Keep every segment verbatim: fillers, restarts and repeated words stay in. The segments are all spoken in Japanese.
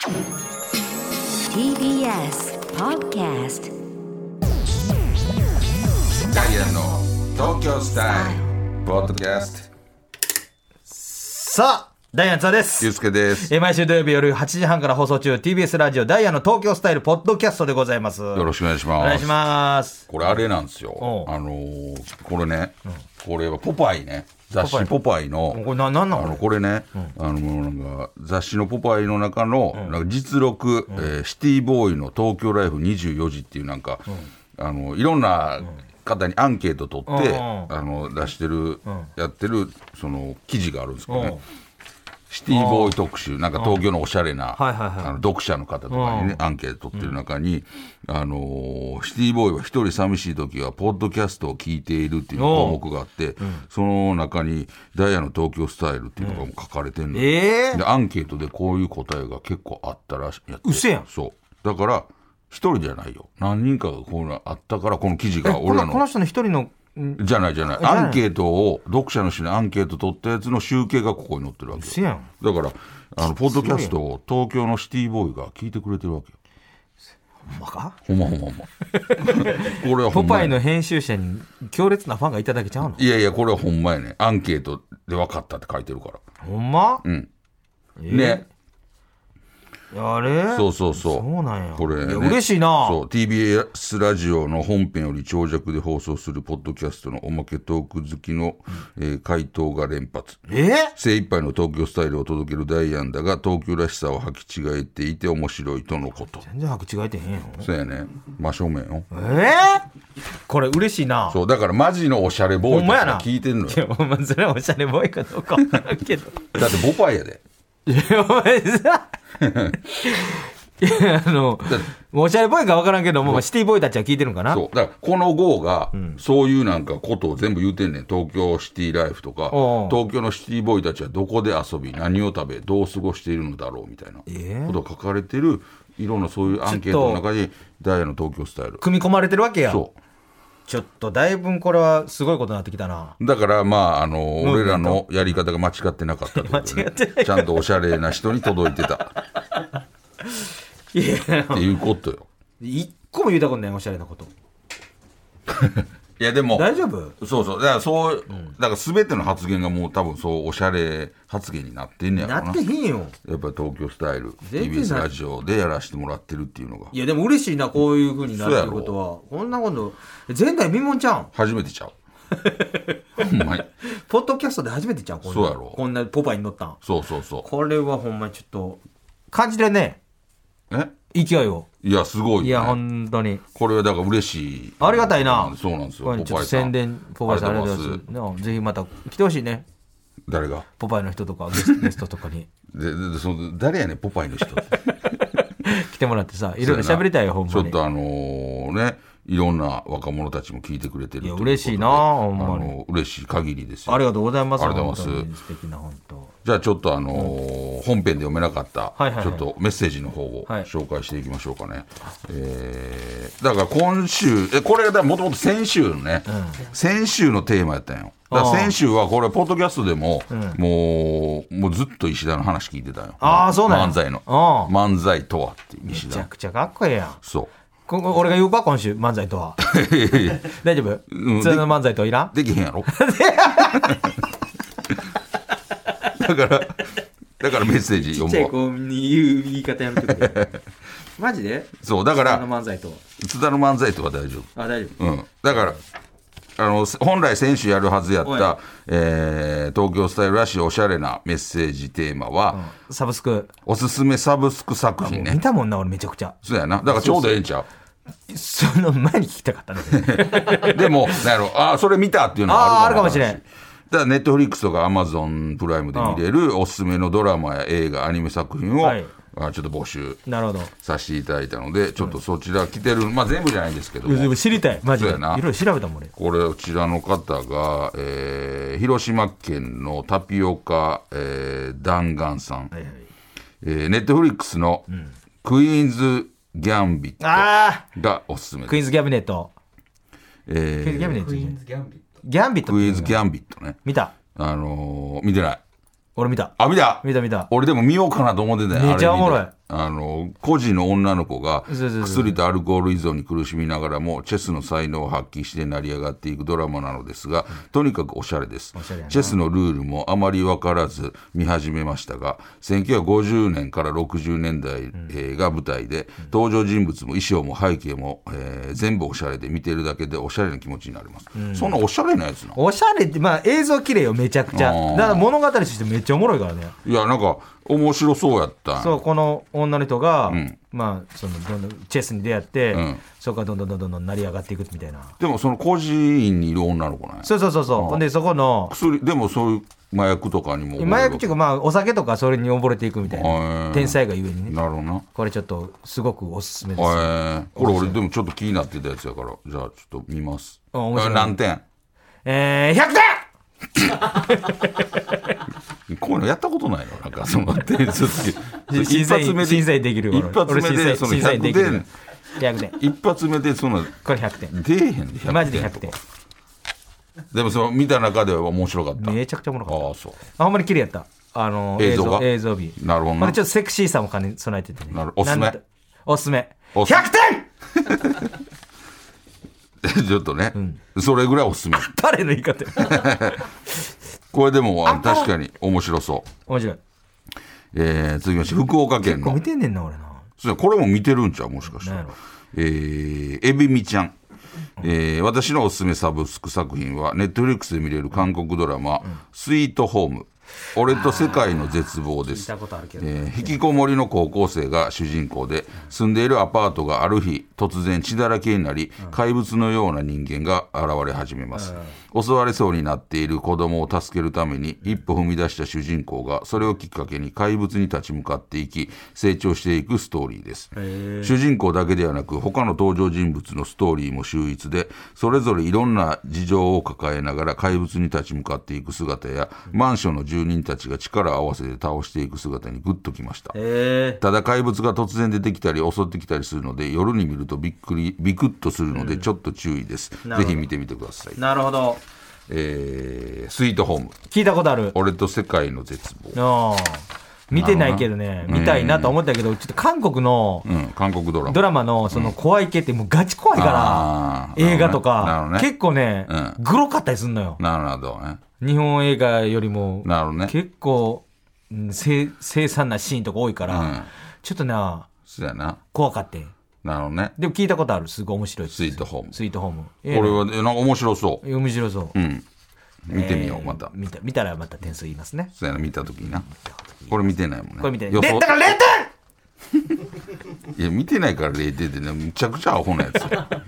ティービーエス Podcast ダイアンの東京スタイルポッドキャスト。 さあダイアンツァです。 ゆうすけです。 えー毎週土曜日夜はちじはんから放送中 ティービーエス ラジオダイアンの東京スタイルポッドキャストでございます。 よろしくお願いします。 お願いします。 これあれなんですよ。あのー、これね、うん、これはポパイね、雑誌ポパイのこれななんなの？ あのこれね、うん、あのなんか雑誌のポパイの中の、うん、なんか実録、うんえー、シティボーイの東京ライフにじゅうよじっていうなんか、うん、あのいろんな方にアンケート取って、うん、あの出してる、うん、やってるその記事があるんですけどね。うんシティボーイ特集なんか東京のおしゃれな、はいはいはい、あの読者の方とかにねアンケート取ってる中に、うん、あのー、シティボーイは一人寂しい時はポッドキャストを聞いているっていう項目があって、うん、その中にダイヤの東京スタイルっていうのがも書かれてるの、うんえー、でアンケートでこういう答えが結構あったらしいやって嘘やん。 そうだから一人じゃないよ何人かがこういうのあったからこの記事が俺らのこの人の一人のじゃないじゃないアンケートを読者の人にアンケート取ったやつの集計がここに載ってるわけよ。だからあのポッドキャストを東京のシティボーイが聞いてくれてるわけよ。 ほんまか？ ほんまほんまほんまこれはほんまポパイの編集者に強烈なファンがいただけちゃうの？ いやいやこれはほんまやねアンケートで分かったって書いてるから。 ほんま？ うんえー、 ねあれそうそうそうそうなんやこれ、ね、 嬉しいな。 そう ティービーエス ラジオの本編より長尺で放送するポッドキャストのおまけトーク好きの、うんえー、回答が連発。 え精一杯の東京スタイルを届けるダイアンだが東京らしさを履き違えていて面白いとのこと。 全然履き違えてへんよ。 そうやね真正面よ。 えー、これ嬉しいな。 そうだからマジのおしゃれボーイとか聞いてんのよ。 いやお前それはおしゃれボーイかどうか分からんけどだってボパイやで。 いやお前さいやあのおしゃれボーイか分からんけどもシティボーイたちは聞いてるんかな。 そうだからこの号が、うん、そういうなんかことを全部言うてんねん。東京シティライフとか東京のシティボーイたちはどこで遊び何を食べどう過ごしているのだろうみたいなことが書かれてるいろんなそういうアンケートの中にダイヤの東京スタイル組み込まれてるわけや。 そうちょっとだいぶこれはすごいことになってきたな。 だからまああの俺らのやり方が間違ってなかったってことで、ね、間違ってないちゃんとおしゃれな人に届いてたいやっていうことよ。 一個も言うたことないおしゃれなこといやでも大丈夫。 そうそうだからそう、うん、だから全ての発言がもう多分そうおしゃれ発言になってんねやろな。 なってへんよ。 やっぱり東京スタイル ティービーエス ラジオでやらせてもらってるっていうのが。 いやでも嬉しいなこういう風になってることは。こんなこと前代未聞ちゃうん初めてちゃうほんまにポッドキャストで初めてちゃうこんなそうやろこんなポパイに乗ったん。 そうそうそうこれはほんまにちょっと感じてるねえ勢いを。 いやすごいよ、ね、 いや本当にこれはだから嬉しいありがたいな。 そうなんですよ。 これちょっと宣伝ポパイさんありがとうございます。ぜひまた来てほしいね。 誰がポパイの人とかゲス、ゲストとかにででその誰やねんポパイの人来てもらってさいろいろ喋りたいよほんまに。 ちょっとあのー、ねいろんな若者たちも聞いてくれてる。 いや嬉しいなほんまに。あの嬉しい限りですよ。 ありがとうございます。 ありがとうございます。 素敵な本当。 じゃあちょっとあのーうん、本編で読めなかった、 はいはいはい、 ちょっとメッセージの方を紹介していきましょうかね、はいえー、だから今週えこれがもともと先週のね、うん、先週のテーマやったんよ。だから先週はこれポッドキャストでも、うん、もうもうずっと石田の話聞いてたよ。 ああそうなんや。 漫才の漫才とはっていう石田。 めちゃくちゃかっこいいやん。 そうこ俺が言うか今週漫才とは大丈夫、うん、普通の漫才とはいらんできへんやろだからだからメッセージ読もう。 ちっちゃい子に言う言い方やめてくれマジで。 そうだから津田の漫才と津田の漫才とは大丈夫。 あ大丈夫、 うん、だからあの本来先週やるはずやった、えー、東京スタイルらしいおしゃれなメッセージテーマは、 うん、サブスクおすすめサブスク作品ね。 見たもんな俺めちゃくちゃ。 そうやなだからちょうどええんちゃう。 その前に聞きたかったねでもなんやろあそれ見たっていうのはあるかもしれない。 ああるかもしれん。 だからネットフリックスとかアマゾンプライムで見れるおすすめのドラマや映画アニメ作品を、はい、あちょっと募集させていただいたのでちょっとそちら来てる、まあ、全部じゃないんですけども知りたいマジでいろいろ調べたもんね。 これこちらの方が、えー、広島県のタピオカ、えー、弾丸さん、はいはいえー、ネットフリックスのクイーンズギャンビットがおすすめです。 クイーンズギャビネット、 えー、 クイーンズギャビネットクイーンズギャンビットギャンビットクイーンズギャンビットね見た。 あのー、見てない。 俺見た。 あ見た見た見た。 俺でも見ようかなと思ってたよ。 めっちゃおもろい。 あの孤児の女の子がそうそうそう薬とアルコール依存に苦しみながらもチェスの才能を発揮して成り上がっていくドラマなのですが、とにかくおしゃれです。 しゃれやなチェスのルールもあまり分からず見始めましたが、せんきゅうひゃくごじゅうねんからろくじゅうねんだい、えーが舞台で、登場人物も衣装も背景も、えー全部おしゃれで、見てるだけでおしゃれな気持ちになります、うん、そんなおしゃれなやつな。 おしゃれって、まあ映像綺麗よ、めちゃくちゃ。だから物語としてめっちゃおもろいからね。 いやなんか面白そうやったん。 そう、この女の人が、 うん、 まあそのどんどんチェスに出会って、うん、そこからどんどんどんどんどん成り上がっていくみたいな。 でもその孤児院にいる女の子ね。 そうそうそうそう。ほんでそこの薬でもそういう麻薬とかにも麻薬っていうか、まあお酒とかそれに溺れていくみたいな、天才がゆえにね。 なるほどな。 これちょっとすごくおすすめですよ。 これ俺でもちょっと気になってたやつやから、じゃあちょっと見ます。何点？ えー、ひゃくてんこういうのやったことないの？なんかその点数つけ審査員審査員できる。 一発目でそのひゃくてんひゃくてん一発目でそのこれひゃくてん出えへんでひゃくてんマジでひゃくてん。 でもその見た中では面白かった。 めちゃくちゃ面白かった。 ああそう。 あほんまに綺麗やった。あの映像が映像美。 なるほどな。 ちょっとセクシーさも兼ね備えててね。 なるおすすめ。 おすすめ。ひゃくてんちょっとね、うん、それぐらいおすすめ。 誰の言い方これでも確かに面白そう。 面白い。 えー、続きまして福岡県の。 結構見てんねんな俺な。 そうこれも見てるんちゃうもしかしたら。えー、エビミちゃん。えー、私のおすすめサブスク作品はネットフリックスで見れる韓国ドラマ、うん、スイートホーム。俺と世界の絶望です。えー、引きこもりの高校生が主人公で、住んでいるアパートがある日突然血だらけになり、怪物のような人間が現れ始めます。襲われそうになっている子供を助けるために一歩踏み出した主人公が、それをきっかけに怪物に立ち向かっていき成長していくストーリーです。主人公だけではなく他の登場人物のストーリーも秀逸で、それぞれいろんな事情を抱えながら怪物に立ち向かっていく姿や、マンションの住人たちが力を合わせて倒していく姿にグッときました。ただ怪物が突然出てきたり襲ってきたりするので、夜に見るとびっくりビクッとするのでちょっと注意です。ぜひ見てみてください。 なるほど。 えー、スイートホーム聞いたことある。 俺と世界の絶望。 あ見てないけどね、見たいなと思ったけど、ちょっと韓国の、 うん、韓国ドラマドラマのその怖い系ってもうガチ怖いから、うん、映画とか、ね、結構ね、うん、グロかったりすんのよ。 なるほどね。 日本映画よりもなるほど、ね、 結構、うん、凄惨なシーンとか多いから、うん、ちょっとなそうやな怖かってん。 なるほどね。 でも聞いたことある。すごい面白い。 スイートホーム。 スイートホーム。 これはなんか面白そう。 面白そう。 うん。見てみよう、また。 見た、見たらまた点数言いますね。 そうやな、見たときにな。これ見てないもんね。 これ見てない。で、だかられいてんいや、見てないかられいてんってね、むちゃくちゃアホなやつ。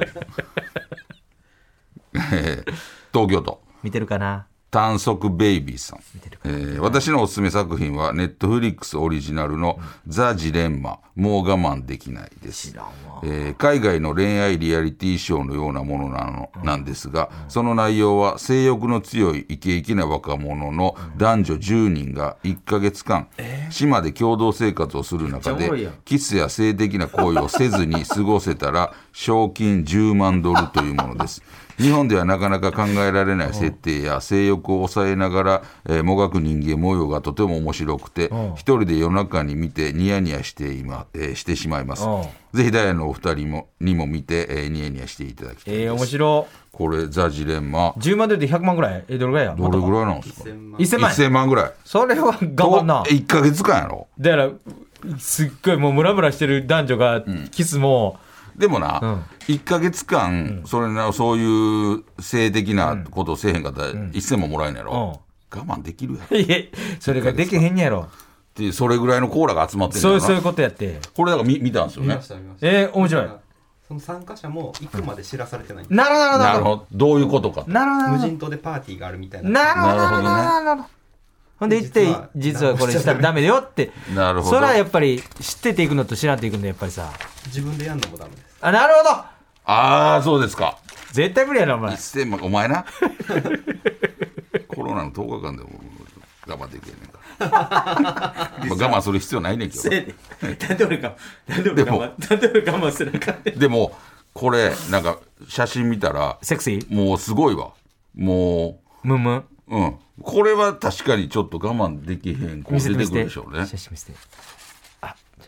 東京都。 見てるかな。 短足ベイビーさん、えー、私のおすすめ作品はネットフリックスオリジナルのザ・ジレンマもう我慢できないです。えー、海外の恋愛リアリティショーのようなものなの、うん、なんですが、うん、その内容は性欲の強いイケイケな若者の男女じゅうにんがいっかげつかん、えー、島で共同生活をする中でキスや性的な行為をせずに過ごせたら賞金じゅうまんドルというものです。日本ではなかなか考えられない設定や性欲を抑えながら、えー、もがく人間模様がとても面白くて、一人で夜中に見てニヤニヤして今、えー、してしまいます。ぜひダイヤのお二人もにも見て、えー、ニヤニヤしていただきたいです。 えー、面白い。これザ・ジレンマじゅうまんドルでひゃくまんぐらい。えー、どれぐらいや。 どれぐらいなんですか。 いっせんまん。 いっせんまんぐらい。 それは頑張んな。 いっかげつかんやろ。 だからすっごいもうムラムラしてる男女がキスも、 うん、でもな、うん、いっかげつかん、うん、それなそういう性的なことをせえへんかったら、うん、いっせんまんもらえんやろ、うん、我慢できるやろ。 いえそれができへんやろでそれぐらいのコーラが集まってるんやろ。 そういうことやって。 これだから見、見たんですよね。 見ました見ました。 えー、面白い。 その参加者も行くまで知らされてないんです。 なるほどなるほど。どういうことか。 なるほど。 無人島でパーティーがあるみたいな。 なるほどなるほど。ほんで行って実はこれしたらダメだよって。 なるほど。 それはやっぱり知ってていくのと知らんといくのやっぱりさ。 自分でやんのもダメです。 あ、なるほど。 ああそうですか。 絶対無理やなお前。 いっせんまんお前な。コロナのとおかかんでも我慢できへんねんから。まあ、我慢する必要ないねんけど。 なんで俺か、なんで俺我慢、なんで俺我慢するのか。 でもこれなんか写真見たらセクシー。 もうすごいわ。もうムンムン。 うん。これは確かにちょっと我慢できへん子出てくるでしょうね。 写真見せて。あ、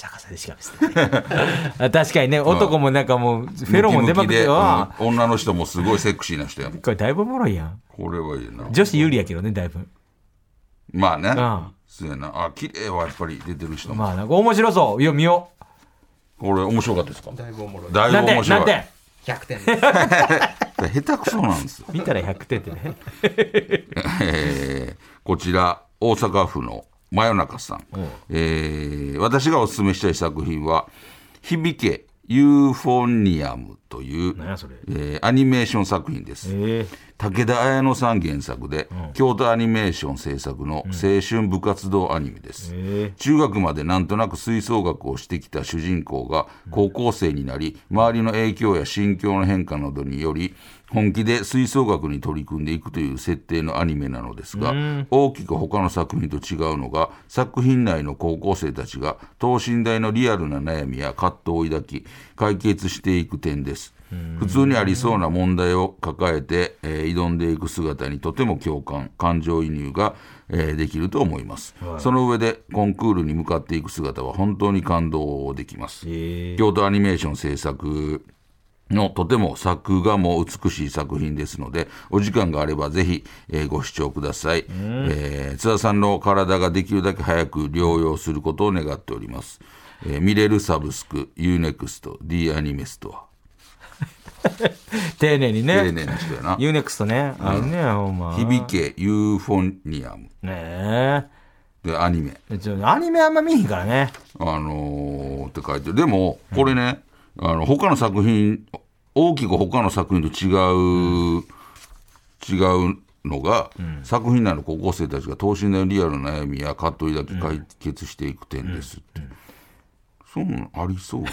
したかさでしかですね確かにね男もなんかもうフェロモン出まくってよ、 うん、女の人もすごいセクシーな人やもん。 これだいぶおもろいやん。 これはいいな。 女子有利やけどねだいぶ。 まあね、 うん、 そうやな。あ、綺麗はやっぱり出てる人も。 まあなんか面白そう。いや見よう。 これ面白かったですか。 だいぶおもろい。 だいぶ面白い。 何点ひゃくてん下手くそなんですよ見たらひゃくてんってねえー、こちら大阪府の真夜中さん、えー、私がおすすめしたい作品は響けユーフォニアムという、えー、アニメーション作品です、えー、武田綾乃さん原作で、うん、京都アニメーション制作の青春部活動アニメです、うんえー、中学までなんとなく吹奏楽をしてきた主人公が高校生になり、周りの影響や心境の変化などにより本気で吹奏楽に取り組んでいくという設定のアニメなのですが、うん、大きく他の作品と違うのが作品内の高校生たちが等身大のリアルな悩みや葛藤を抱き解決していく点です。普通にありそうな問題を抱えて、えー、挑んでいく姿にとても共感感情移入が、えー、できると思います、はい、その上でコンクールに向かっていく姿は本当に感動できます。京都アニメーション制作のとても作画も美しい作品ですのでお時間があればぜひ、えー、ご視聴ください、うんえー、津田さんの体ができるだけ早く療養することを願っております、えー、見れるサブスク ユーネクスト D アニメストア丁寧にね丁寧な人やなユーネクストね、うん、あれねほんま響けユーフォニアムねえでアニメアニメあんま見ひんからねあのー、って書いてる。でもこれね、うん、あの他の作品大きく他の作品と違う、うん、違うのが、うん、作品内の高校生たちが等身大のリアルな悩みや葛藤だけ解決していく点ですって、うんうんそんなんありそうめ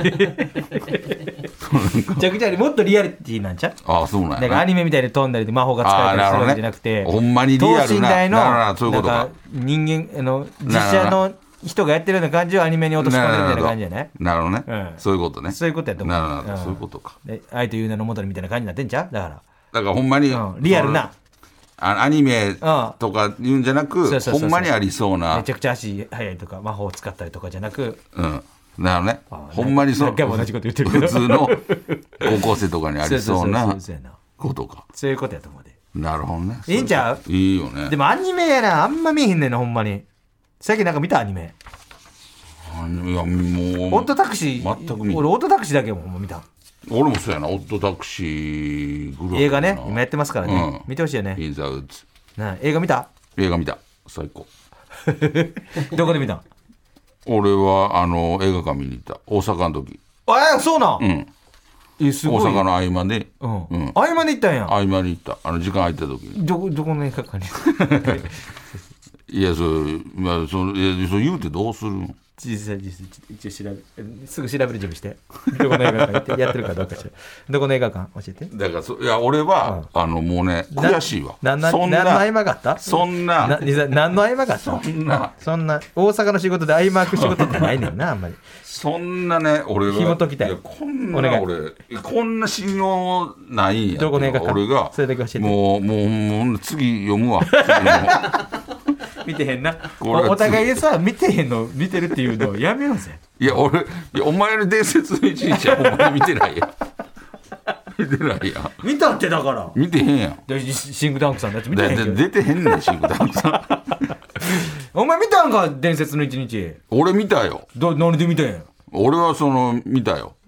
ちゃくちゃもっとリアリティなんちゃう。 ああそうなんや、ね、 だからアニメみたいに飛んだりで魔法が使えたりするわけじゃなくて、 ね、ほんまにリアルな等身大のなんか人間あの実写の人がやってるような感じをアニメに落とし込んでるみたいな感じじゃない。 なるほどね、うん、そういうことね。 そういうことやと思う。 なるほど、うん、そういうことか。 で愛という名の元にみたいな感じになってんちゃう。だからだからほんまに、 うん、リアルなアニメとか言うんじゃなく、うん、ほんまにありそうなめちゃくちゃ足速いとか魔法を使ったりとかじゃなく、 うんなるね、ほんまにそう同じこと言ってるけど普通の高校生とかにありそうなことか。 そういうことやと思うで。 なるほどね。 いいんちゃう。 いいよね。 でもアニメやなあんま見えへんねんなほんまに。最近なんか見たアニメ。 いやもうオットタクシー全く見俺オットタクシーだけもほんま見た。 俺もそうやなオットタクシーぐらい映画ね今やってますからね、うん、見てほしいよね。 インザウッズな映画見た。 映画見た最高どこで見た。 俺はあの映画館見に行った大阪の時。 あそうなん、 うんえすごい大阪の合間で、 うんうん、合間で行ったんや。 合間に行ったあの時間空いた時にどこどこの映画館にいやそれ、まあ、それいやそれ言うてどうするの。 実際実際一応調べすぐ調べる準備してどこの映画館やってるかどうかしらどこの映画館教えて。 だからそいや俺は、うん、あのもうね悔しいわ。 ななそんな何の合間があった。 そんなな何の合間があった。 そんなそんな大阪の仕事で合間空く仕事ってないねんなあんまり。 そんなね俺が紐解きたい。いやこんな俺こんな信用ないんや。 どこの映画館俺がそれだけ教えて。 もうもうもう次読むわ見てへんな お, お互いでさ見てへんの見てるっていうのをやめようぜ。 いや俺いやお前の伝説の一日はお前見てないや見てないや見たってだから見てへんやん。 でシンクタンクさんのやつ見てへんけど出てへんねんシンクタンクさんお前見たんか伝説の一日。 俺見たよ。 ど何で見たんや。 俺はその見たよ。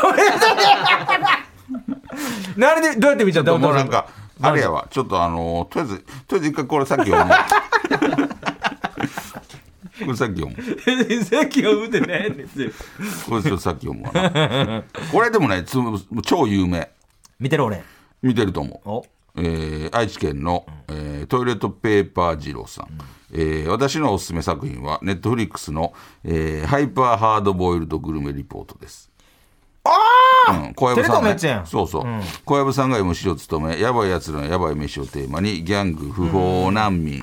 何でどうやって見たんだ。 もうなんかあれやわちょっとあのとりあえずとりあえず一回これさっき読むこれさっき読むさっき読むってないんですよ。 これちょっとさっき読むわなこれでもねつ超有名。 見てる俺見てると思う。えー、愛知県の、えー、トイレットペーパー二郎さん、うんえー、私のおすすめ作品はネットフリックスの、えー、ハイパーハードボイルドグルメリポートです。 ああ、 うん、小籔さん、ね、 やんそうそう、うん、小籔さんが エムシー を務めやばいやつらのやばい飯をテーマにギャング不法難民、うん、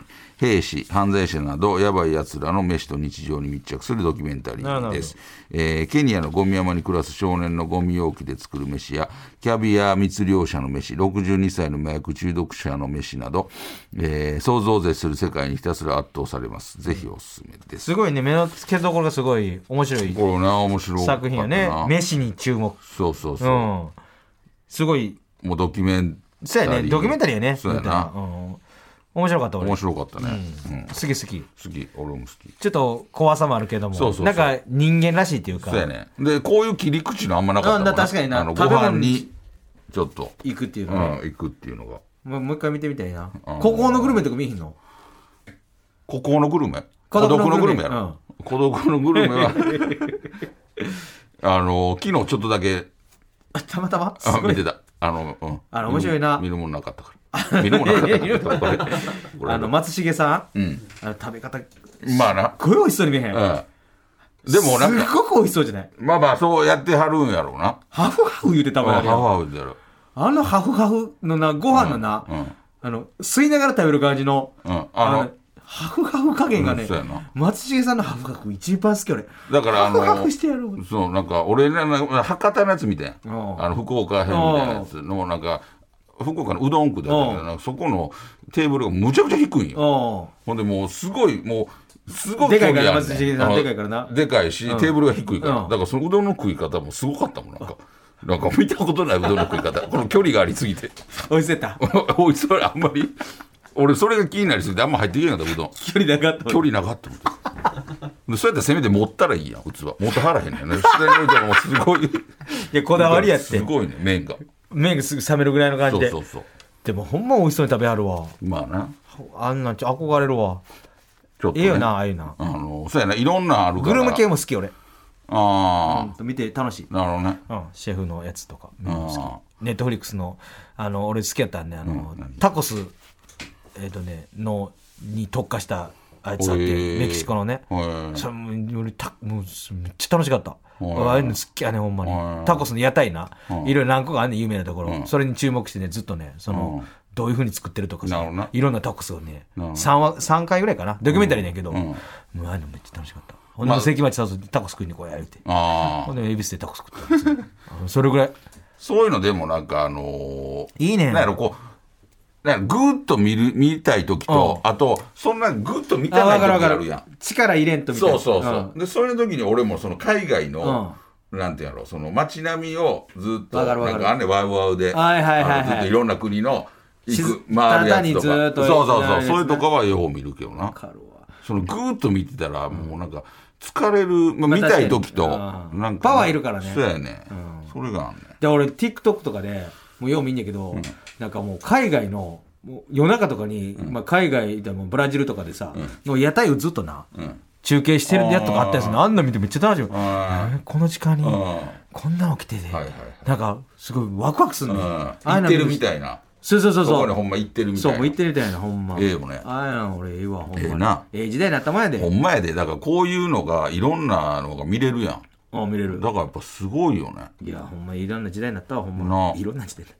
兵士犯罪者などやばいやつらの飯と日常に密着するドキュメンタリーです、えー、ケニアのゴミ山に暮らす少年のゴミ容器で作る飯やキャビア密漁者の飯、ろくじゅうにさいの麻薬中毒者の飯など、えー、想像を絶する世界にひたすら圧倒されます。ぜひおすすめです。 すごいね、目の付けどころがすごい面白いこれな面白い作品やね。飯に注目。 そうそうそう、うん、 すごいもうドキュメンタリー。 そうやね、ドキュメンタリーやね。 そうやな、 うん、面白かった俺。 面白かったね、 うんうん、好き好き好き、俺も好き。ちょっと怖さもあるけども、そうそうそう、なんか人間らしいっていうか。 そうやね。でこういう切り口のあんまなかったもんな。 確かにな、 あのご飯にちょっと行くっていうのが、 うん、行くっていうのがもう、もう一回見てみたいな。孤高のグルメとか見えへんの？ 孤高のグルメ？孤独のグルメやろ、うん、孤独のグルメはあの昨日ちょっとだけたまたまあ見てた。あの、うん、 あの面白いな。 見るもんなかったから見るもんなかったからこれあの松重さん、うん、 あの食べ方まあな、 すっごい美味しそうに見えへん、うん、 でもなんかすっごく美味しそうじゃない？ まあまあそうやってはるんやろうな。 ハフハフ言うてたもん。 ハフハフ言うてやる。 あのハフハフのなご飯のな、うんうん、あの吸いながら食べる感じの、うん、あのあのハフハフ加減がね、うん、松重さんのハフハフ一番好き俺。 だからあのハフハフしてやる。 そうなんか俺らの博多のやつみたいな、あの福岡編みたいなやつのなんか福岡のうどん区でそこのテーブルがむちゃくちゃ低いんよ。ほんでもうすごいもうすごいでかいから松重さんでかいからな。 でかいし、うん、テーブルが低いから、うん、だからそのうどんの食い方もすごかったもん。なんかなんか見たことないうどんの食い方この距離がありすぎて美味しそうやった。 美味しそうあんまり俺それが気になりすぎてあんま入っていけなかった。うどん距離なかった距離なかったもんそうやったらせめて持ったらいいやん。器持ってはらへんねんね。下に置いたらもうすごいいやこだわりやって。 すごいね麺が麺がすぐ冷めるぐらいの感じで。 そうそうそう。 でもほんま美味しそうに食べはるわ。 まあなあんなんちょ憧れるわ。 ちょっと、ね、 ええよなああいうな。 あのそうやないろんなあるから。 グルメ系も好き俺。 ああ、 うん、見て楽しい。 なるほどね、 うん、シェフのやつとか好き。ネットフリックスのあの俺好きやったんであの、うん、タコスえっ、ー、とねのに特化したあいつあってメキシコのね。それも俺たもうめっちゃ楽しかった。ああいうの好きやねほんまに。タコスの屋台な、いろいろ何個かあんねん有名なところ、うん、それに注目してねずっとねその、うん、どういう風に作ってるとかさいろんなタコスをね 3, 話さんかいぐらいかなドキュメンタリーだけど、うん、もうあれめっちゃ楽しかった。ほんで関町さんとタコス食いにこうやるって。ほんで恵比寿でタコス食ったんですよそれぐらい。 そういうのでもなんかあのー、 いいね。 なんやろこうなんかグーッと見る見たい時と、うん、あとそんなグッと見たない時あるやん。 力入れんとみたいな。 そうそうそう、うん、でそれの時に俺もその海外の、うん、なんてやろその街並みをずっとなんかあんねワウワウで、 はいはいはいはい、 ずっといろんな国の行く回るやつとかそうそうそうそういうとかはよう見るけどな。そのグーッと見てたらもうなんか疲れる、まあ、見たい時となんかパワーいるからね。 そうやね、うん、それがあんねん。 で俺 TikTok とかでもうよう見んねんけど、うん、なんかもう海外のもう夜中とかに、うんまあ、海外でもブラジルとかでさ、うん、の屋台をずっとな、うん、中継してるやつとかあったやつね。あんな見てめっちゃ楽しい。この時間にこんなの来てて、はいはい、なんかすごいワクワクするね。 行ってるみたいな。 そうそうそうそう。 そこにほんま行ってるみたいな。 そうもう行ってるみたいなほんま。 ええよね。 ああいうの俺ええわほんまに。 ええな。 ええ時代になった前で。 ほんまやで。だからこういうのがいろんなのが見れるやん。 ああ見れる。 だからやっぱすごいよね。 いやほんまいろんな時代になったわほんま。いろんな時代になった。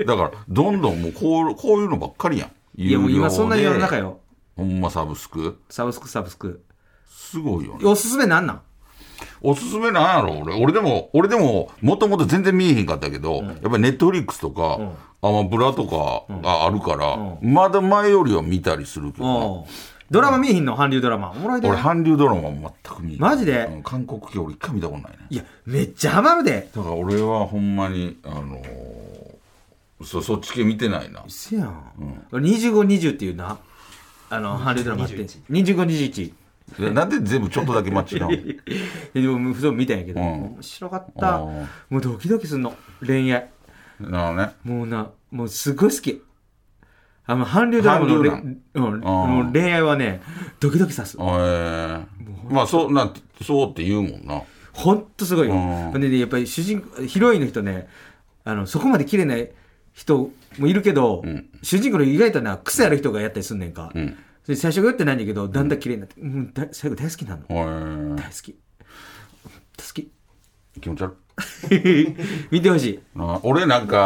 だからどんどんもうこうこういうのばっかりやん。 いやもう今そんな世の中よ。 ほんまサブスク。 サブスクサブスク。 すごいよね。 おすすめなんなん？ おすすめなんやろ俺。俺でも俺でももともと全然見えへんかったけど、うん、やっぱりネットフリックスとか、うん、アマプラとかがあるから、うん、まだ前よりは見たりするけどな。 ドラマ見えへんの？韓流ドラマおもろいで。 俺韓流ドラマ全く見えへん。 マジで、 うん、韓国系俺一回見たことないね。 いやめっちゃハマるで。 だから俺はほんまにあのー、そ, そっち系見てないな。 せやん、うん、にじゅうごにじゅうっていうなあの韓流ドラマってにじゅうごにじゅういちなんで全部ちょっとだけ間違うのでもそう見たんやけど、うん、面白かった。もうドキドキすんの恋愛なる、ね、もうなもうすごい好き。あの韓流ドラマの、うん、もう恋愛はねドキドキさす。えー、まあそうなんそうって言うもんな。 ほんとすごいよ。で、ね、やっぱり主人ヒロインの人ねあのそこまで綺麗な人もいるけど、うん、主人公の意外とな癖ある人がやったりすんねんか、うん、最初が言ってないんだけどだんだん綺麗になって、うん、だ最後大好きなの。大好き好き気持ち悪い見てほしい。 俺なんか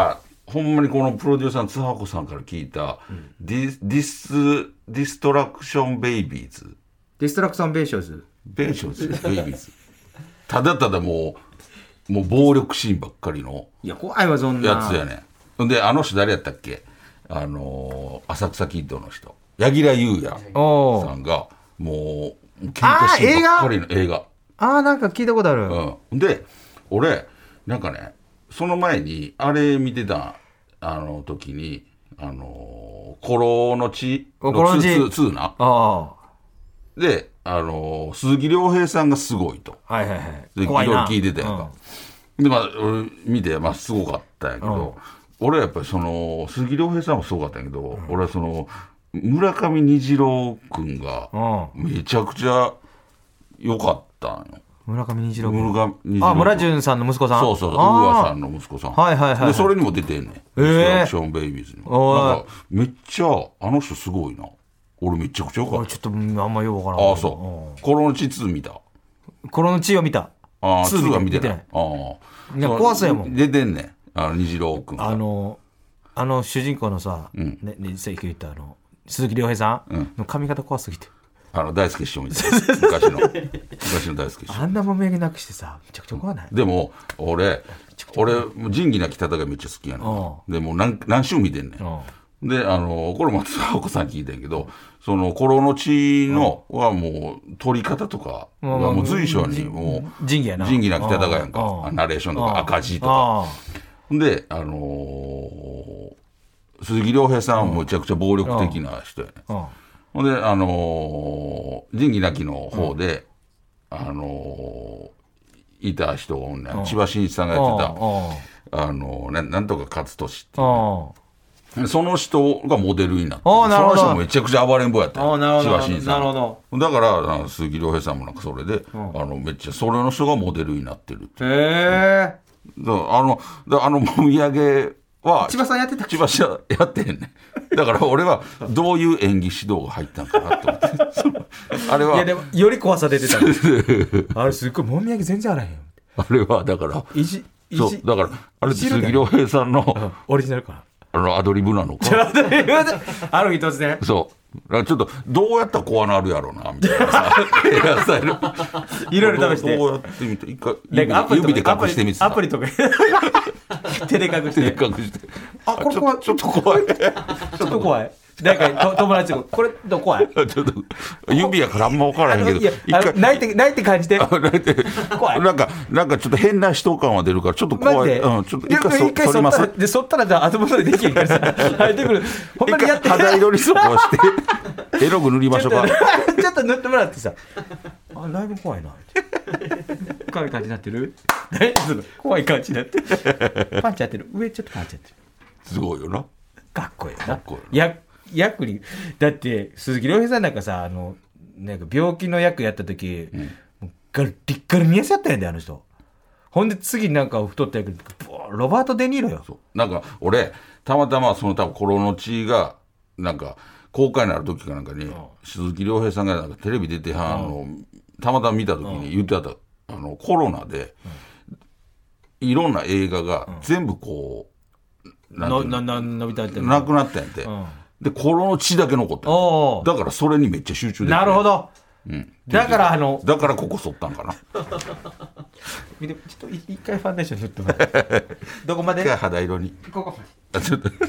ほんまにこのプロデューサーの津波子さんから聞いた、うん、ディスディスディストラクションベイビーズディストラクションベイショーズベイショーズベイビーズただただもうもう暴力シーンばっかりのいや怖いわそんなやつやねん。であの人誰やったっけ、あのー、浅草キッドの人柳楽優弥さんがもう喧嘩シーンばっかりの映画。 ああなんか聞いたことある、 うん、で俺なんかねその前にあれ見てたあの時にあのー、コロの血のコロの血ツーなあであのー、鈴木亮平さんがすごいと、 はいはいはい、 で怖いな聞いてたやんか、うん、でまあ俺見て、まあ、すごかったんやけど、うん、俺はやっぱりその鈴木亮平さんもすごかったんやけど、うん、俺はその村上虹郎君がめちゃくちゃ良かったんよ。 村上虹郎君村上あ村淳さんの息子さんそうそうそうウーアさんの息子さん、 はいはいはい、はい、 でそれにも出てんねん、えー、ディストラクションベイビーズにもなんかめっちゃあの人すごいな。俺めちゃくちゃ良かった。 ちょっとあんまよくわからん。 ああそうコロの血ツー見た。 コロの血を見た。 ああツーは見てない。 ああいや怖そうやもん。 出てんねんあの虹郎君あのあの主人公のさ、うんね、ね実際言ったあの鈴木亮平さんの髪型怖すぎて、 あの大輔師匠みたいな昔の昔の大輔師匠あんなもみあげなくしてさめちゃくちゃ怖ない。 でも俺俺仁義なき戦いめっちゃ好きやねん。でもう 何, 何週見てんねん。であのこれ松田子さん聞いたんやけどそのコロの血のはもう撮り方とかがもう随所にもう仁義やな仁義なき戦いやんかナレーションとか赤字とかであのー、鈴木亮平さんはむちゃくちゃ暴力的な人やねん。ほんであのー、仁義なきの方で、うん、あのー、いた人がおんねん、うん、千葉真一さんがやってた、あのー、な, なんとか勝利っていう、その人がモデルになってその人もめちゃくちゃ暴れん坊やったよ千葉真一さん。なるほど。だから鈴木亮平さんもなんかそれで、うん、あのめっちゃそれの人がモデルになってるって。 へえ。 だあのだあのもみあげは千葉さんやってた。 千葉さんやってんねん。だから俺はどういう演技指導が入ったんかなと思ってあれはいやでもより怖さ出てたあれすっごいもみあげ全然あらへん。 あれはだからいじいじそうだからあれ鈴木亮平さんのオリジナルかあのアドリブなのかある日突然そうちょっとどうやったら怖なるやろうなみたいなさいろいろ試してどうやってみて一回指で隠してみてアプリとか手で隠して手で隠してあこれ怖いちょっと怖いちょっと怖いなんか友達がこれどう怖いちょっと指やからあんま分からへんけど一回泣いて泣いて感じて泣いて怖いなんかなんかちょっと変な人感は出るからちょっと怖い、うん、ちょっと一回そ一回そりますでそったらじゃあ後戻りできへんからさ入ってくるほんまにやって肌色にそこをして絵の具塗りましょうかちょっと塗ってもらってさあだいぶ怖いな怖い感じになってる怖い感じになってるパンチやってる上ちょっとパンチやってるすごいよなかっこいいなかっこいいや役にだって鈴木亮平さんなんかさあのなんか病気の役やった時、うん、もうガリッガリ見やすやったんやであの人。ほんで次なんか太った役でロバート・デ・ニーロよ。 そうなんか俺たまたまその多分コロの血がなんか公開になる時かなんかに、うん、鈴木亮平さんがなんかテレビ出ては、うん、あのたまたま見た時に言ってあった、うん、あのコロナで、うん、いろんな映画が全部こう、 うん、なんてなな伸びたってなくなったんやって、うんでコロの血だけ残っただからそれにめっちゃ集中できる。 なるほど、うん、だからあのだからここ剃ったんかなちょっと一回ファンデーション塗ってもらってどこまで一回肌色にここあちょっと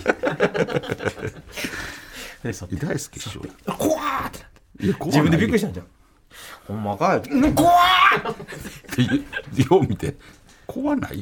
で剃って大好きっしょ怖ーってなっていや自分でびっくりしたんじゃんほんまかい怖ーってよう見て怖ないよ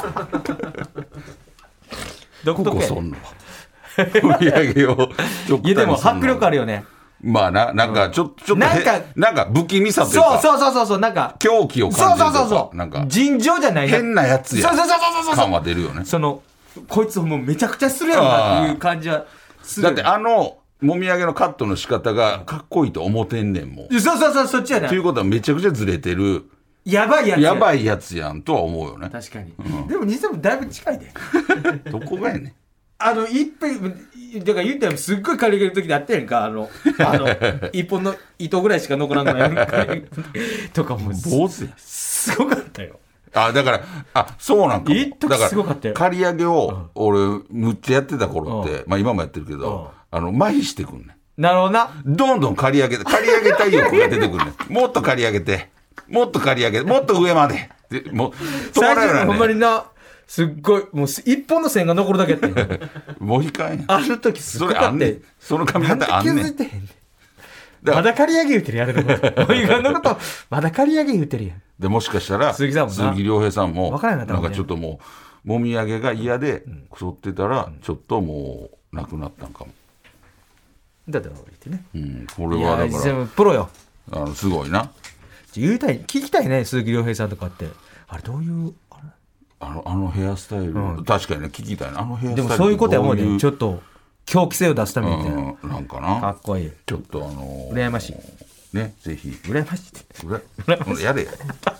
どここそんの売り上げをいやでも迫力あるよね。 まあななんかちょっと、うん、ちょっとなんかなんか不気味さというかそうそうそうそうなんか狂気を感じるとかそうそうそうそうなんか尋常じゃない変なやつやそうそうそうそうそう感は出るよね。 そのこいつもうめちゃくちゃするやろなっていう感じはする。 だってあのもみあげのカットの仕方がかっこいいと思ってんねんもん。 そうそうそうそっちやな。 ということはめちゃくちゃずれてるやばいやつややばいやつやんとは思うよね。 確かに、うん、でもにしてもだいぶ近いでどこがやねんあの一遍だから言ったらすっごい借りれる時であったやんかあのあの一本の糸ぐらいしか残らんのやんとかも坊主やすごかったよ。 あだからあそうなんかも一時すごかったよだから刈り上げを俺むっちゃやってた頃って、まあ、今もやってるけどあの麻痺してくんねなるほどな。 どんどん刈り上げて刈り上げたい欲が出てくるねもっと刈り上げてもっと刈り上げてもっと上まででもう止まらないよね最初ほんまになすっごいもう一本の線が残るだけやったよモヒカンやんある時すそごかってれあんねんその髪型あんねんなんで気づいてへんねんだからまだ刈り上げ言うてるやるのことモヒカンのことまだ刈り上げ言うてるやんでもしかしたら鈴木さんもな鈴木亮平さんもわからんようになったもんねなんかちょっともうもみあげが嫌で剃ってたらちょっともうなくなったんかも、 だって言ってねうん、これはだいやからプロよあのすごいな言いたい聞きたいね鈴木亮平さんとかってあれどういうあれあのあのヘアスタイル、 うん、 確かにね聞きたいなあのヘアスタイルでもそういうことやもんどういうねちょっと狂気性を出すためにみたいな、 うん、なんかなかっこいいちょっとあのー、 羨ましいねぜひ羨ましいってうらやれ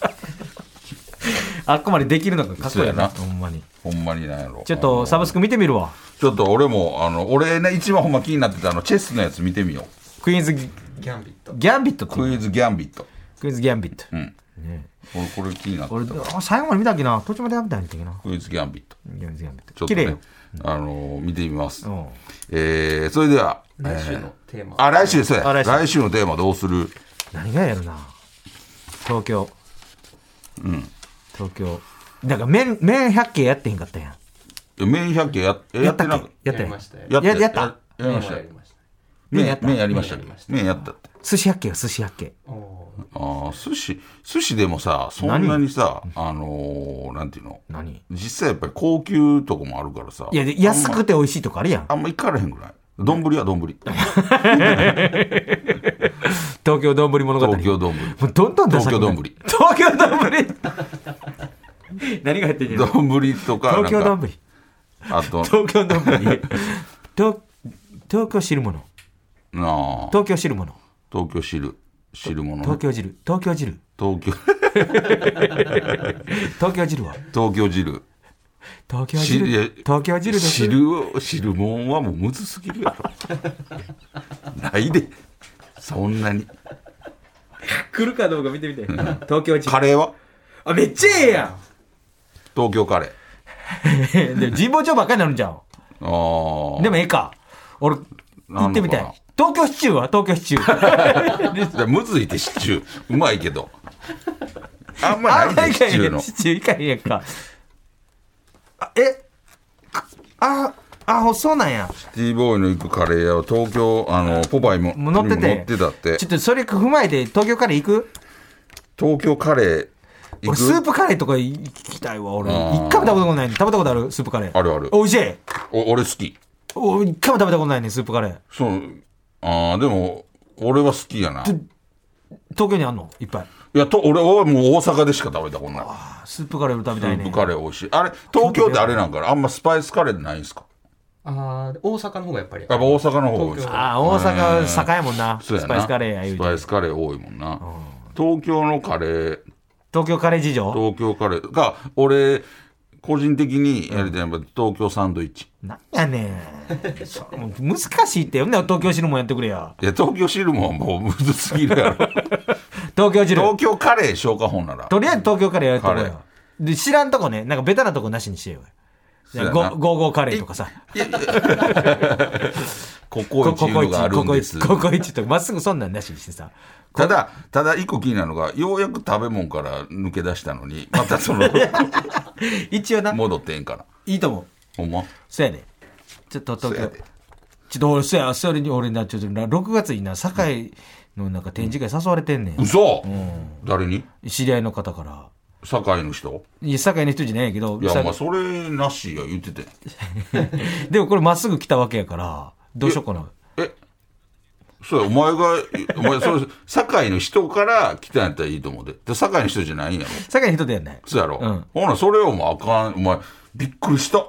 あっこまでできるのがかっこいいなそうやなほんまにほんまになんやろちょっとサブスク見てみるわちょっと俺もあの俺ね一番ほんま気になってたあのチェスのやつ見てみよクイーンズギギャンビット。 ャンビットっていううクイズギャンビットクイーンズギャンビット、 うんね、 俺これ気になって俺たあ最後まで見たっけな途中までやめたんやったっけなクイズギャンビットギャンビットギャンビットちょっとね綺麗よ、 あのー見てみます、 うんえー、それでは来週のテーマ。 あ来週そうやあ来週来週のテーマどうする何がやるな東京うん東京なんか麺麺百景やってへんかったやん麺百景やえやったっなけやったやんやりましたよ。 やってややったややりましたよやりました。 麺麺やった麺やりました麺やりました麺やったって寿司百景よ寿司百景おーああ寿司寿司でもさそんなにさあのー、なんていうの何実際やっぱり高級とこもあるからさいやで安くて美味しいとこあるやんあんま行かれへんぐらい丼は丼東京どんぶり物語東京丼もうどんどん出さ東京丼東京どんぶり何が入ってんの丼とか東京どなんかんぶりあと東京どんぶり東東京汁物なあ東京汁物東京汁汁物ね東京汁東京汁東京東京汁は東京汁東京しいや汁東京汁です汁を汁もんはもうむずすぎるやろないでそんなに来るかどうか見てみて東京汁カレーはあめっちゃええや東京カレーんで神保町ばっかりになるんじゃんああでもええか俺行ってみたなんのかい東京シチューは東京シチューじゃむずいってシチューうまいけどあんまあないでシチューのシチューいかへんやんかあえああそうなんやシティボーイの行くカレー屋は東京あのポパイももう乗っててにも乗ってたってちょっとそれ踏まえて東京カレー行く東京カレー行く俺スープカレーとか行きたいわ俺あー一回も食べたことないね食べたことあるスープカレーあるあるおいしいお俺好きお一回も食べたことないねスープカレーそうあーでも俺は好きやな東京にあんのいっぱいいやと俺はもう大阪でしか食べたことないあスープカレー俺食べたいねスープカレー美味しいあれ東京ってあれなんかなあんまスパイスカレーないんすかあー大阪の方がやっぱり。 やっぱ大阪の方が多いですかあ大阪は栄えもんなそうやなスパイスカレーや言うてスパイスカレー多いもんな東京のカレー東京カレー事情東京カレーが俺個人的にやりたいのは東京サンドイッチなんやねんそもう難しいってよんな東京汁もやってくれやいや東京汁ももうむずすぎるやろ東京汁東京カレー消化本ならとりあえず東京カレーやってこいカレよで知らんとこねなんかベタなとこなしにしてよそうやなゴーゴーゴーカレーとかさココイチいうのがあるんですココイチとかまっすぐそんなんなしにしてさただただ一個気になるのがようやく食べ物から抜け出したのにまたその一応な戻ってええんかないいと思うほんまそやでちょっと東京そうやでちょっと俺そやそれに俺なちょっとなろくがつにな堺のなんか展示会誘われてんねん、 嘘、誰に知り合いの方から堺の人いや堺の人じゃないんやけどいやさお前それなしや言っててでもこれまっすぐ来たわけやからどうしようかなえそうやお前がお前それ堺の人から来たんやったらいいと思うでで堺の人じゃないんやろ堺の人でやんないそうやろ、 うんほなそれをもうあかんお前びっくりした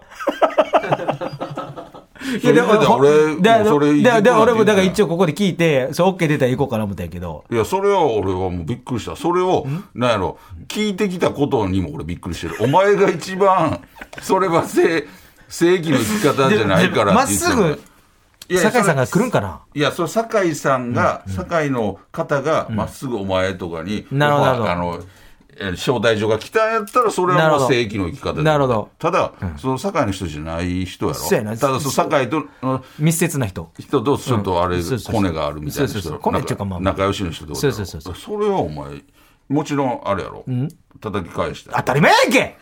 いやでも俺でもうそれでで俺もだから応一応ここで聞いてそう OK 出たら行こうかな思ったんやけどいやそれは俺はもうびっくりしたそれをなんやろ聞いてきたことにも俺びっくりしてるお前が一番それは正正義の生き方じゃないからまっって言ってすぐいや堺さんが来るんかないやそれ堺さんが、うん、堺の方がまっすぐお前とかに、 うん、なるほどあの招待状が来たんやったらそれはもう正規の生き方で。 なるほど。 ただ、うん、その堺の人じゃない人やろ。 そうやな。 ただその堺と密接な人人とちょっとあれ、うん、コネがあるみたいな人、そうそうそうコネっていうかまあ仲良しの人とか。 そうそうそうそう。 それはお前もちろんあれやろ、うん、叩き返して。 当たり前やんけ。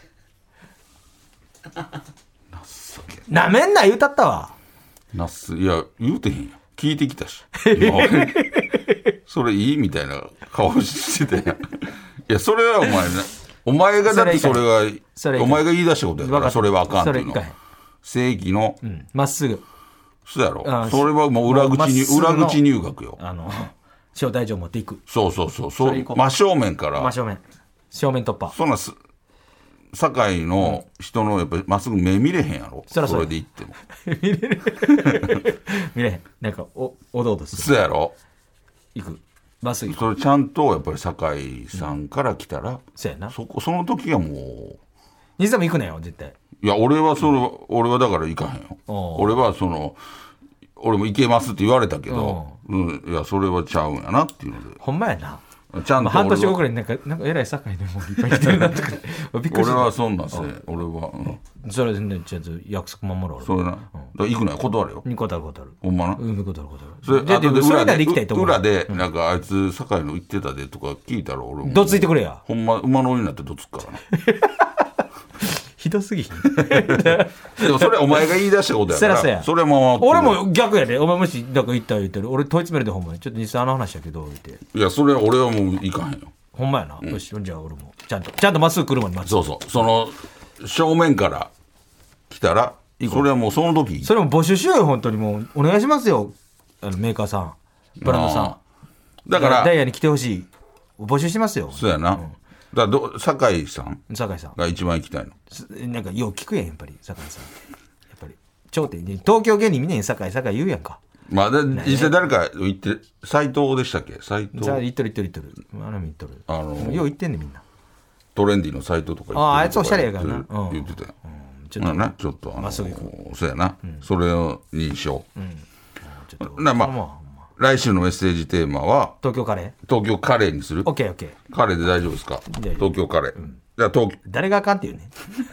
なめんな言うたったわ。 なすいや言うてへんやん。聞いてきたし。それいいみたいな顔してたやん。いやそれはお前ね。お前がだってそれがそれお前が言い出したことやからそれはあかんっていうの。正規のま、うん、っすぐ。 そうやろ。それはもう裏口に裏口入学よ。 あの招待状持っていく。 そうそうそうそう真正面から。 真正面正面突破。 そんなす堺の人のやっぱりまっすぐ目見れへんやろ。それそれで行っても見れる見れへん。なんかおおどおどする。 そうやろ。 行くまっすぐ。 それちゃんとやっぱり堺さんから来たら、うん、 そうやな。 そこその時はもう西田も行くなよ絶対。 いや俺はそれ、うん、俺はだから行かへんよ。俺はその俺も行けますって言われたけど、うん、いやそれはちゃうんやなっていうので。 ほんまやな。 ちゃんと半年後くらいになんかなんかえらい堺でもいっぱい来てるなとかびっくりした。 俺はそんなんせ俺は、 うん、それでねちゃんと約束守ろう。 それな、うん、だから行くなよ断るよ。 断る断る。 ほんまな。 うん断る断る。 それあとで裏で行きたいと思う。 裏でなんかあいつ堺の行ってたでとか聞いたら俺もどついてくれや。 ほんま馬乗りになってどつくからな。 ひどすぎひん。 でもそれお前が言い出したことやから。それはそれも俺も逆やで。お前もしなんか言ったら言ってる。俺問い詰めるでほんまに。ちょっと実際あの話やけど言って。 いやそれは俺はもう行かへんよ。 ほんまやな。うん、よしじゃあ俺もちゃんとちゃんとまっすぐ車に待つ。 そうそうその正面から来たらそれはもうその時。 それも募集しようよ本当にもうお願いしますよ。あのメーカーさんブランドさん。だからダイヤに来てほしい募集しますよ。 そうやな。うんだから酒井さん酒井さんが一番行きたいの。 なんかよう聞くやんやっぱり酒井さん。やっぱり頂点に東京芸人みんなに酒井酒井言うやんか。 まあで実際誰か言って斉藤でしたっけ。斉藤言っとる言っとる言っとるあの言っとる。あのよう言ってんねみんな。 トレンディの斉藤とか言ってる。 あああいつおしゃれやからな。 言ってたよ。 うん、ちょっと、 ね、ちょっとあのそうやな、うん、それを認証。うん、 ちょっとなまあ来週のメッセージテーマは東京カレー。 東京カレーにする。 オッケーオッケー。カレーで大丈夫ですか。東京カレー。うん、じゃあ東誰があかんっていうね。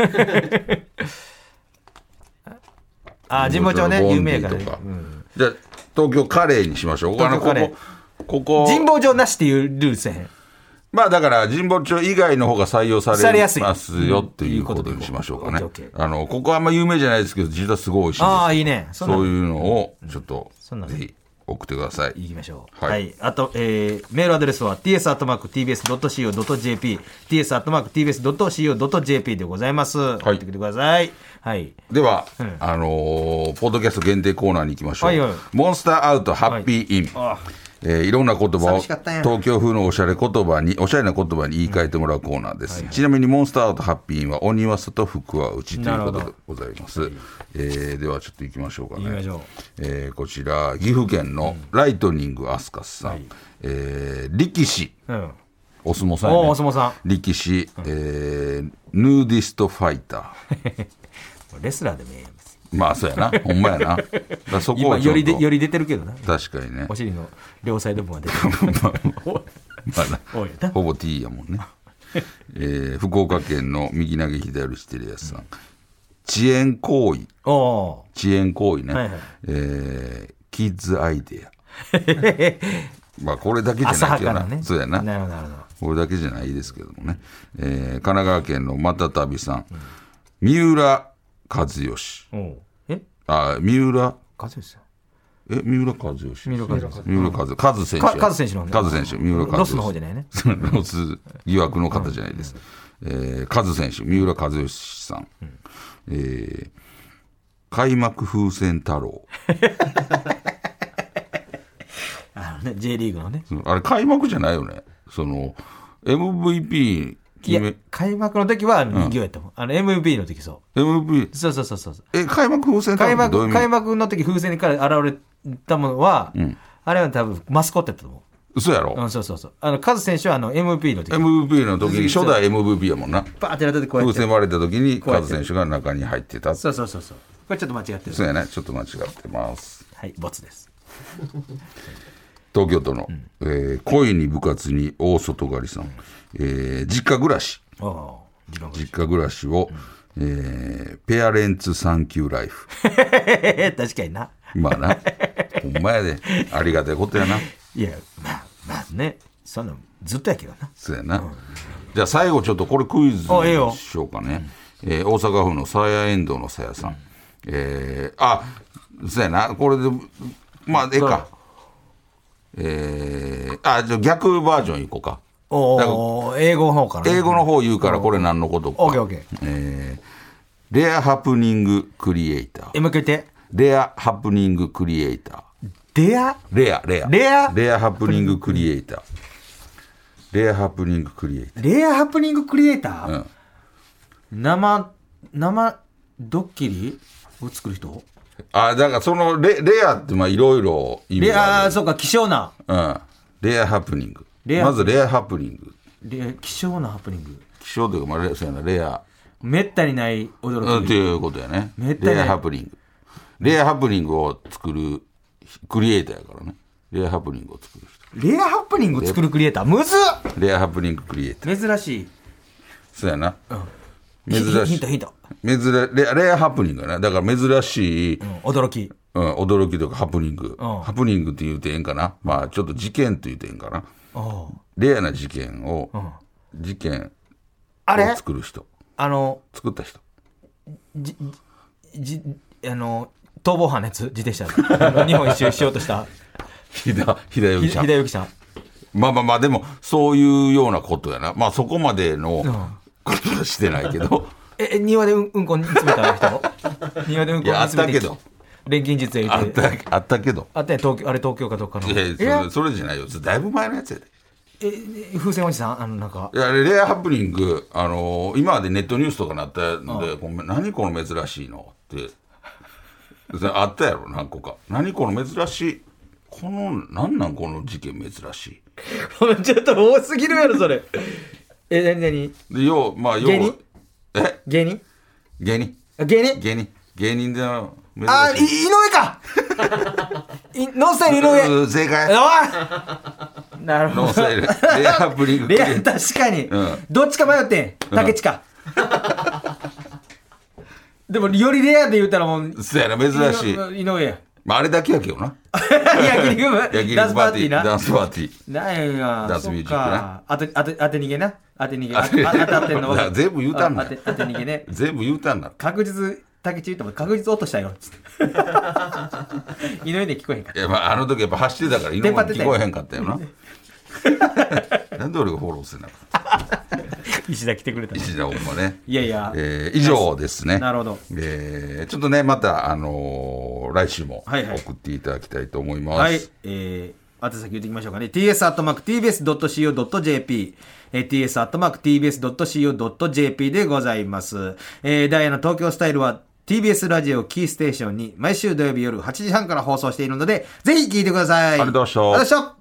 あ神保町ね有名やからね。うん、 じゃあ東京カレーにしましょう。東京カレー。ここ神保町なしっていうルールせへん。 まあだから神保町以外の方が採用されますよっていうことにしましょうかね。あのここはあんま有名じゃないですけど実はすごい美味しいんです。 ああいいね。 そういうのをちょっとぜひ送ってください。 いきましょう。はい。はい、あと、えー、メールアドレスは ティーエス アットマーク ティービーエス ドット シーオー ドット ジェーピー ティーエス アットマーク ティービーエス ドット シーオー ドット ジェーピー でございます。はい。送ってきてください。はい。 では、うん、あのー、ポッドキャスト限定コーナーに行きましょう。はいはい、モンスターアウトハッピーイン。はいえー、いろんな言葉を東京風のおしゃれ言葉におしゃれな言葉に言い換えてもらうコーナーです、うんはいはい、ちなみにモンスターアウトハッピーインは鬼は外福は内ということでございます、はいえー、ではちょっと行きましょうかね。行きましょう、えー、こちら岐阜県のライトニングアスカスさん、はいえー、力士、うん、お相撲さん、ね、 お相撲さん力士、うんえー、ヌーディストファイターレスラーでもええやん。 まあそうやなほんまやなだそこ今よりでより出てるけどな。 確かにねお尻の両サイド分は出てるまあまあ、ほぼ T やもんね、えー、福岡県の右投げ左打ちテレヤスさん、うん、遅延行為遅延行為ね、はいはいえー、キッズアイデアまあこれだけじゃないけどな、ね、そうやな。なるほどなるほど。これだけじゃないですけどもね、えー、神奈川県のまたたびさん、うん、三浦和義。えあ三浦和義さんえ三浦和義三浦和義三浦和義カズ選手カズ選手のカズ選手三浦和義ロスの方じゃないねロス疑惑の方じゃないです、うんえー、カズ選手三浦和義さん、うんえー、開幕風船太郎あのね J リーグのねあれ開幕じゃないよね。その エムブイピーいや開幕の時は人形やったもん、うん、あの エムブイピー の時そうエムブイピーそうそうそうそうえ開幕風船開幕開幕の時風船から現れたものは、うん、あれは多分マスコットやったと思う。 嘘やろ、 うん、そうそうそうあのカズ選手はあの エムブイピー の時エムブイピー の時に初代 エムブイピー やもんな。 バーってやった時こうやって風船割れた時にカズ選手が中に入ってた。 そうそうそうそうこれちょっと間違ってる。 そうやねちょっと間違ってます。 はいボツです東京都の、うんえー、恋に部活に大外刈りさん、うんえー、実家暮らしあ実家暮らしを、うんえー、ペアレンツサンキューライフ確かになまあなほんまやでありがたいことやないやまあまあねそんなずっとやけどなそうやな、うん、じゃあ最後ちょっとこれクイズにしようかね、ええー、大阪府のさやえんどうのさやさん、うんえー、あそうやなこれでまあええかえー、あじゃあ逆バージョンいこうかお英語の方から、ね、 英語の方言うからこれ何のことかオッケーオッケー、 えー、レアハプニングクリエイターえもう一回言ってレアハプニングクリエイターレアレアレアレアレアハプニングクリエイターレアハプニングクリエイターレアハプニングクリエイター、 うん、 生生ドッキリを作る人あだからその レ, レアっていろいろ意味レがあるアそうか希少な、 うん、レアハプニングまずレアハプニングレア希少なハプニング希少というか、まあ、そうやなレアめったにない驚き、 うん、っていうことやねめったにレアハプニングレアハプニングを作るクリエイターやからねレアハプニングを作る人レアハプニングを作るクリエイターむずっレアハプニングクリエイター珍しいそうやな、うん、 珍しいヒントヒント珍レアレアハプニングやなだから珍しい、 うん、驚き、 うん、驚きとかハプニング、 うん、 ハプニングって言うてええんかなまあちょっと事件と言うてええんかなレアな事件を、うん、事件を作る人あの作った人じじあの逃亡犯のやつ自転車日本一周しようとしたひだひだ容疑者ひだ容疑者まあまあまあでもそういうようなことやなまあそこまでのことはしてないけど、 うん、え庭で うん, うんこに詰めた人庭でうんこに詰めていやあったけど錬金術や言うてあったあったけどあったや東京あれ東京かどっかのいやいやそれ、それじゃないよだいぶ前のやつやでえ風船おじさんあのなんかいやレアハプニング、あのー、今までネットニュースとかなったので、ごめん何この珍しいのってあったやろ何個か何この珍しいこの何なんこの事件珍しいちょっと多すぎるやろそれえ何何でようまあよう芸人え芸人芸人芸人芸人芸人で珍しいあい井上かいノンスタイル井上正解おいなるほどノンスタイルレアハプニングレア確かに、うん、どっちか迷ってん竹地か、うん、でもよりレアで言うたらもうそうやな珍しい井上や、 まあ、あれだけやけどな焼肉部焼肉ダンスパーティーなダンスパーティーなんやダンスミュージックな当て当て当て逃げな当て逃げ当たってんの全部言うたんな当て当て逃げね全部言うたんな確実竹地言うても確実落としたよつって井上で聞こえへんかったいや、まあ、あの時やっぱ走ってたから井上聞こえへんかったよななんで俺がフォローせな石田来てくれた石田ほんまねいやいや、 えー、以上ですねなるほど、 えー、ちょっとねまた、あのー、来週も送っていただきたいと思いますはい、はい、えー、宛先言っていきましょうかね ティーエス アットマーク ティービーエス ドット シーオー ドット ジェーピー えー、ティーエス アットマーク ティービーエス ドット シーオー ドット ジェーピー でございます、えー、ダイヤの東京スタイルはティービーエス ラジオキーステーションに毎週土曜日夜はちじはんから放送しているのでぜひ聞いてください。 ありがとうございました。